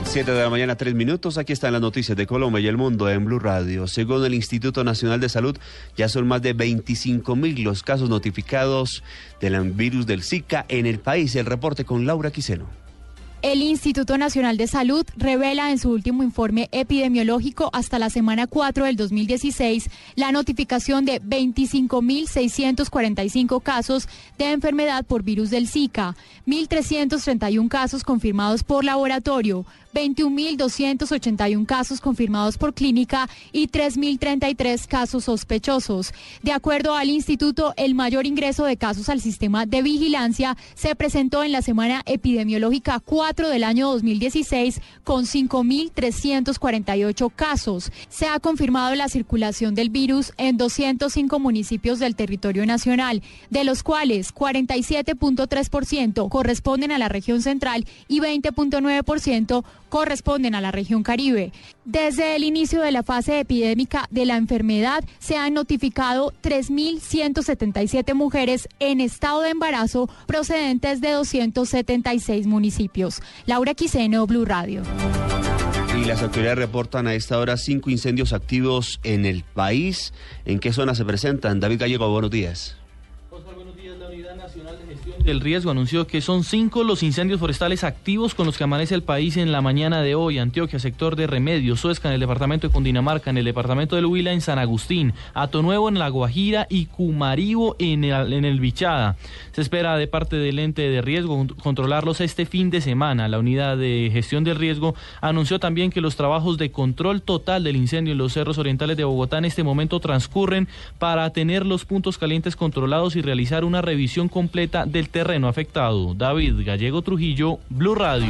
7 de la mañana, 3 minutos. Aquí están las noticias de Colombia y el mundo en Blue Radio. Según el Instituto Nacional de Salud, ya son más de 25.000 los casos notificados del virus del Zika en el país. El reporte con Laura Quiseno. El Instituto Nacional de Salud revela en su último informe epidemiológico hasta la semana 4 del 2016 la notificación de 25.645 casos de enfermedad por virus del Zika, 1.331 casos confirmados por laboratorio, 21.281 casos confirmados por clínica y 3.033 casos sospechosos. De acuerdo al instituto, el mayor ingreso de casos al sistema de vigilancia se presentó en la semana epidemiológica 4 del año 2016 con 5.348 casos. Se ha confirmado la circulación del virus en 205 municipios del territorio nacional, de los cuales 47.3% corresponden a la región central y 20.9% corresponden a la región Caribe. Desde el inicio de la fase epidémica de la enfermedad, se han notificado 3.177 mujeres en estado de embarazo procedentes de 276 municipios. Laura Quiseno, Blue Radio. Y las autoridades reportan a esta hora 5 incendios activos en el país. ¿En qué zonas se presentan? David Gallego, buenos días. Buenos días. La Unidad Nacional de Gestión del Riesgo anunció que son 5 los incendios forestales activos con los que amanece el país en la mañana de hoy. Antioquia, sector de Remedios, Suezca en el departamento de Cundinamarca, en el departamento del Huila, en San Agustín, Atonuevo en La Guajira y Cumaribo en el Bichada. Se espera de parte del ente de riesgo controlarlos este fin de semana. La Unidad de Gestión del Riesgo anunció también que los trabajos de control total del incendio en los cerros orientales de Bogotá en este momento transcurren para tener los puntos calientes controlados y realizar una revisión completa del terreno afectado. David Gallego Trujillo, Blue Radio.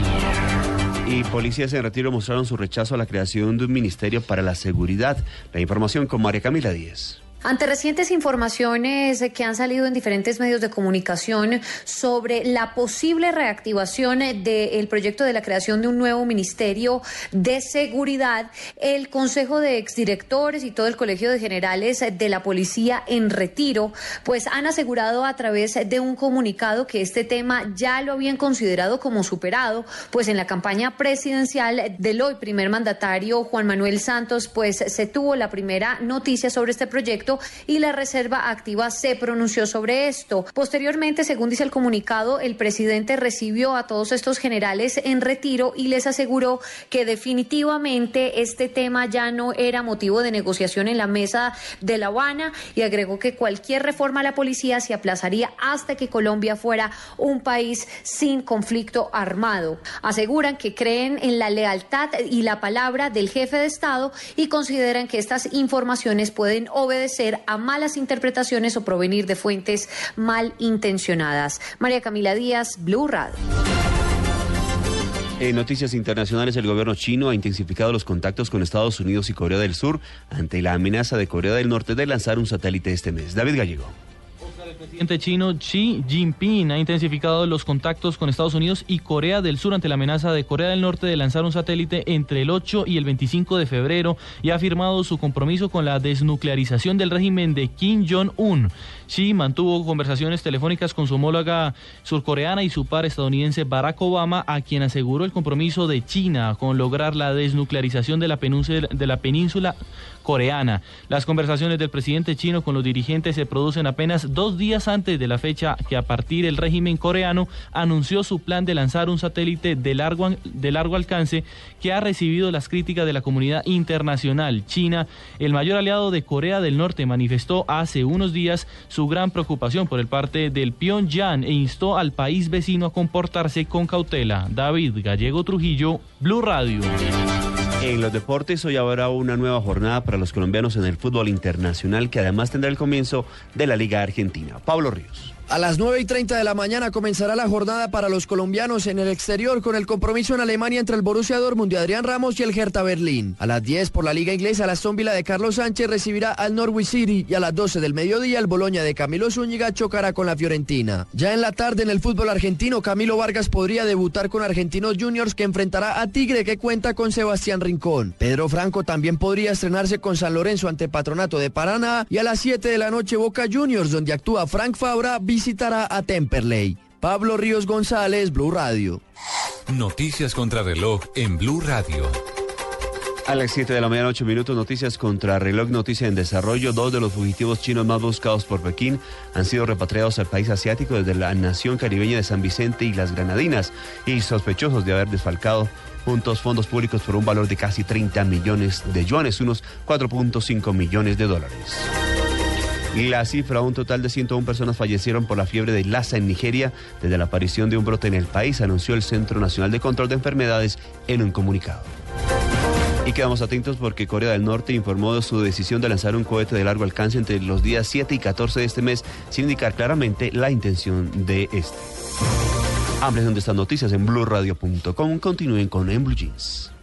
Y policías en retiro mostraron su rechazo a la creación de un ministerio para la seguridad. La información con María Camila Díez. Ante recientes informaciones que han salido en diferentes medios de comunicación sobre la posible reactivación del proyecto de la creación de un nuevo Ministerio de Seguridad, el Consejo de Exdirectores y todo el Colegio de Generales de la Policía en retiro, pues han asegurado a través de un comunicado que este tema ya lo habían considerado como superado, pues en la campaña presidencial del hoy primer mandatario Juan Manuel Santos, pues se tuvo la primera noticia sobre este proyecto y la Reserva Activa se pronunció sobre esto. Posteriormente, según dice el comunicado, el presidente recibió a todos estos generales en retiro y les aseguró que definitivamente este tema ya no era motivo de negociación en la mesa de La Habana y agregó que cualquier reforma a la policía se aplazaría hasta que Colombia fuera un país sin conflicto armado. Aseguran que creen en la lealtad y la palabra del jefe de Estado y consideran que estas informaciones pueden obedecer a malas interpretaciones o provenir de fuentes malintencionadas. María Camila Díaz, Blue Radio. En noticias internacionales, el gobierno chino ha intensificado los contactos con Estados Unidos y Corea del Sur ante la amenaza de Corea del Norte de lanzar un satélite este mes. David Gallego. El presidente chino Xi Jinping ha intensificado los contactos con Estados Unidos y Corea del Sur ante la amenaza de Corea del Norte de lanzar un satélite entre el 8 y el 25 de febrero y ha afirmado su compromiso con la desnuclearización del régimen de Kim Jong-un. Xi mantuvo conversaciones telefónicas con su homóloga surcoreana y su par estadounidense Barack Obama, a quien aseguró el compromiso de China con lograr la desnuclearización de la península coreana. Las conversaciones del presidente chino con los dirigentes se producen apenas 2 días antes de la fecha que a partir el régimen coreano anunció su plan de lanzar un satélite de largo alcance que ha recibido las críticas de la comunidad internacional. China, el mayor aliado de Corea del Norte, manifestó hace unos días su gran preocupación por el parte del Pyongyang e instó al país vecino a comportarse con cautela. David Gallego Trujillo, Blue Radio. En los deportes, hoy habrá una nueva jornada para los colombianos en el fútbol internacional, que además tendrá el comienzo de la Liga Argentina. Pablo Ríos. A las 9:30 de la mañana comenzará la jornada para los colombianos en el exterior con el compromiso en Alemania entre el Borussia Dortmund de Adrián Ramos y el Hertha Berlín. A las 10 por la Liga Inglesa, el Aston Villa de Carlos Sánchez recibirá al Norwich City y a las 12 del mediodía el Boloña de Camilo Zúñiga chocará con la Fiorentina. Ya en la tarde en el fútbol argentino, Camilo Vargas podría debutar con Argentinos Juniors, que enfrentará a Tigre, que cuenta con Sebastián Rincón. Pedro Franco también podría estrenarse con San Lorenzo ante Patronato de Paraná, y a las 7 de la noche Boca Juniors, donde actúa Frank Fabra, visitará a Temperley. Pablo Ríos González, Blue Radio. Noticias contra reloj en Blue Radio. A las 7 de la mañana, 8 minutos, noticias contra reloj, noticia en desarrollo. 2 de los fugitivos chinos más buscados por Pekín han sido repatriados al país asiático desde la nación caribeña de San Vicente y las Granadinas, y sospechosos de haber desfalcado juntos fondos públicos por un valor de casi 30 millones de yuanes, unos 4.5 millones de dólares. Y la cifra, un total de 101 personas fallecieron por la fiebre de Lassa en Nigeria desde la aparición de un brote en el país, anunció el Centro Nacional de Control de Enfermedades en un comunicado. Y quedamos atentos porque Corea del Norte informó de su decisión de lanzar un cohete de largo alcance entre los días 7 y 14 de este mes, sin indicar claramente la intención de este. Ampliación de estas noticias en BlueRadio.com. Continúen con En Blue Jeans.